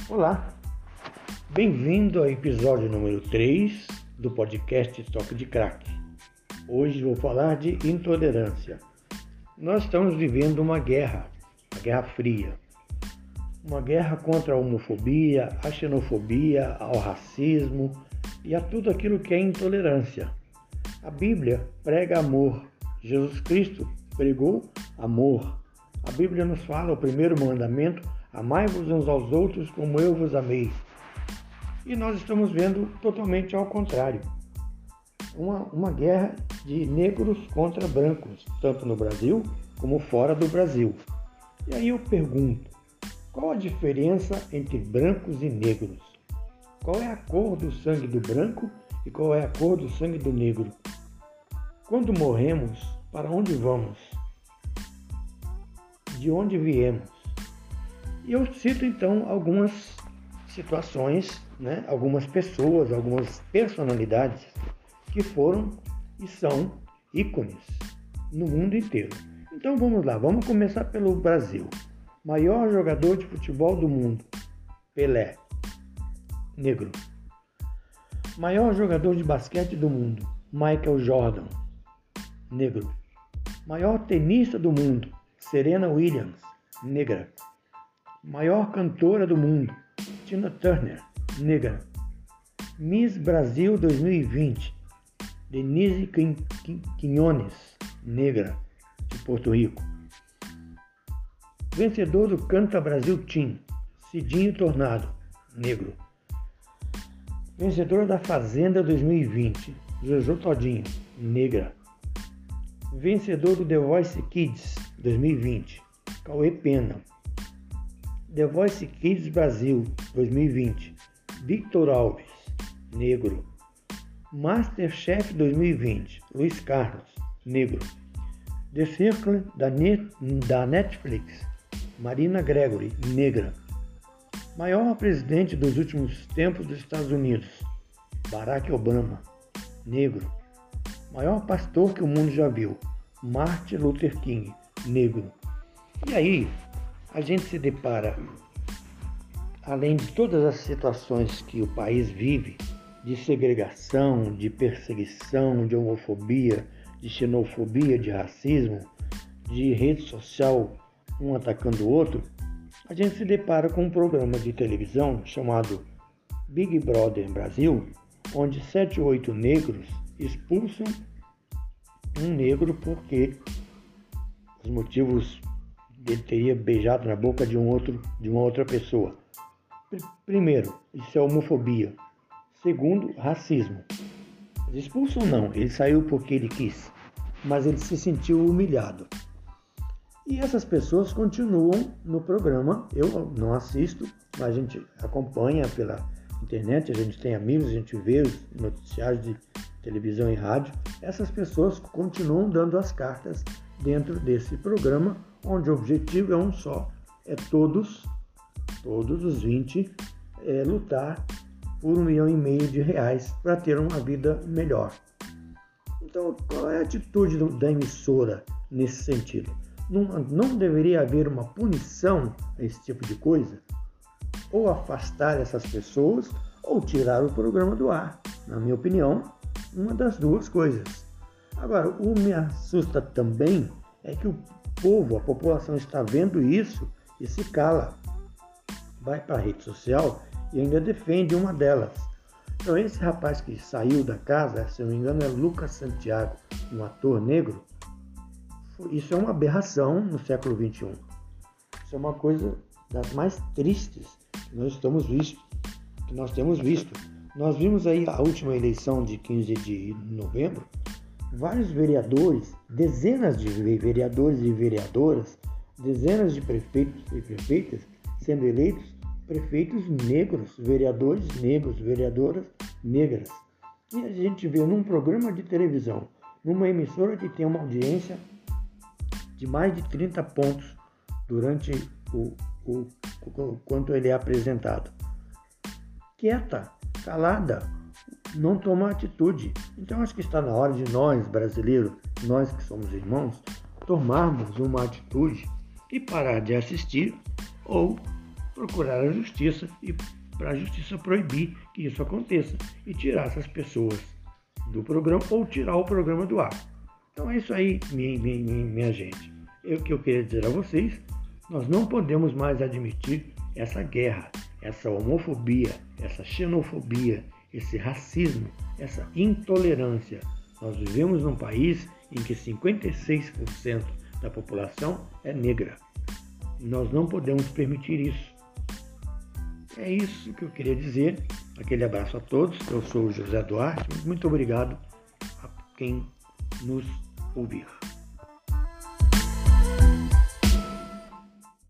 Olá, bem-vindo ao episódio número 3 do podcast Toque de Crack. Hoje vou falar de intolerância. Nós estamos vivendo uma guerra fria, uma guerra contra a homofobia, a xenofobia, ao racismo e a tudo aquilo que é intolerância. A Bíblia prega amor, Jesus Cristo pregou amor. A Bíblia nos fala, o primeiro mandamento: amai-vos uns aos outros como eu vos amei. E nós estamos vendo totalmente ao contrário. Uma guerra de negros contra brancos, tanto no Brasil como fora do Brasil. E aí eu pergunto, qual a diferença entre brancos e negros? Qual é a cor do sangue do branco e qual é a cor do sangue do negro? Quando morremos, para onde vamos? De onde viemos? E eu cito então algumas situações, algumas pessoas, algumas personalidades que foram e são ícones no mundo inteiro. Então vamos lá, vamos começar pelo Brasil. Maior jogador de futebol do mundo, Pelé, negro. Maior jogador de basquete do mundo, Michael Jordan, negro. Maior tenista do mundo, Serena Williams, negra. Maior cantora do mundo, Tina Turner, negra. Miss Brasil 2020, Denise Quinones, negra, de Porto Rico. Vencedor do Canta Brasil Team, Cidinho Tornado, negro. Vencedora da Fazenda 2020, Jojo Todinho, negra. Vencedor do The Voice Kids 2020, Cauê Pena. The Voice Kids Brasil 2020, Victor Alves, negro. Masterchef 2020, Luiz Carlos, negro. The Circle da Netflix, Marina Gregory, negra. Maior presidente dos últimos tempos dos Estados Unidos, Barack Obama, negro. Maior pastor que o mundo já viu, Martin Luther King, negro. E aí, a gente se depara, além de todas as situações que o país vive, de segregação, de perseguição, de homofobia, de xenofobia, de racismo, de rede social, um atacando o outro, a gente se depara com um programa de televisão chamado Big Brother Brasil, onde 7 ou 8 negros expulsam um negro porque os motivos ele teria beijado na boca de uma outra pessoa. Primeiro, isso é homofobia. Segundo, racismo. Expulsam não, ele saiu porque ele quis, mas ele se sentiu humilhado. E essas pessoas continuam no programa. Eu não assisto, mas a gente acompanha pela internet, a gente tem amigos, a gente vê os noticiários de televisão e rádio. Essas pessoas continuam dando as cartas dentro desse programa, onde o objetivo é um só, é todos os 20 lutar por R$1,5 milhão para ter uma vida melhor. Então, qual é a atitude da emissora nesse sentido? Não deveria haver uma punição a esse tipo de coisa? Ou afastar essas pessoas, ou tirar o programa do ar. Na minha opinião, uma das duas coisas. Agora, o que me assusta também é que o povo, a população está vendo isso e se cala. Vai para a rede social e ainda defende uma delas. Então esse rapaz que saiu da casa, se eu não me engano é Lucas Santiago, um ator negro, isso é uma aberração no século XXI. Isso é uma coisa das mais tristes que nós temos visto. Nós vimos aí a última eleição de 15 de novembro, vários vereadores, dezenas de vereadores e vereadoras, dezenas de prefeitos e prefeitas sendo eleitos prefeitos negros, vereadores negros, vereadoras negras. E a gente vê num programa de televisão, numa emissora que tem uma audiência de mais de 30 pontos durante quanto ele é apresentado. Quieta, calada, não toma atitude. Então acho que está na hora de nós, brasileiros, nós que somos irmãos, tomarmos uma atitude e parar de assistir ou procurar a justiça e para a justiça proibir que isso aconteça e tirar essas pessoas do programa ou tirar o programa do ar. Então é isso aí, minha gente. O que eu queria dizer a vocês, nós não podemos mais admitir essa guerra, essa homofobia, essa xenofobia, esse racismo, essa intolerância. Nós vivemos num país em que 56% da população é negra. Nós não podemos permitir isso. É isso que eu queria dizer. Aquele abraço a todos. Eu sou o José Duarte. Muito obrigado a quem nos ouvir.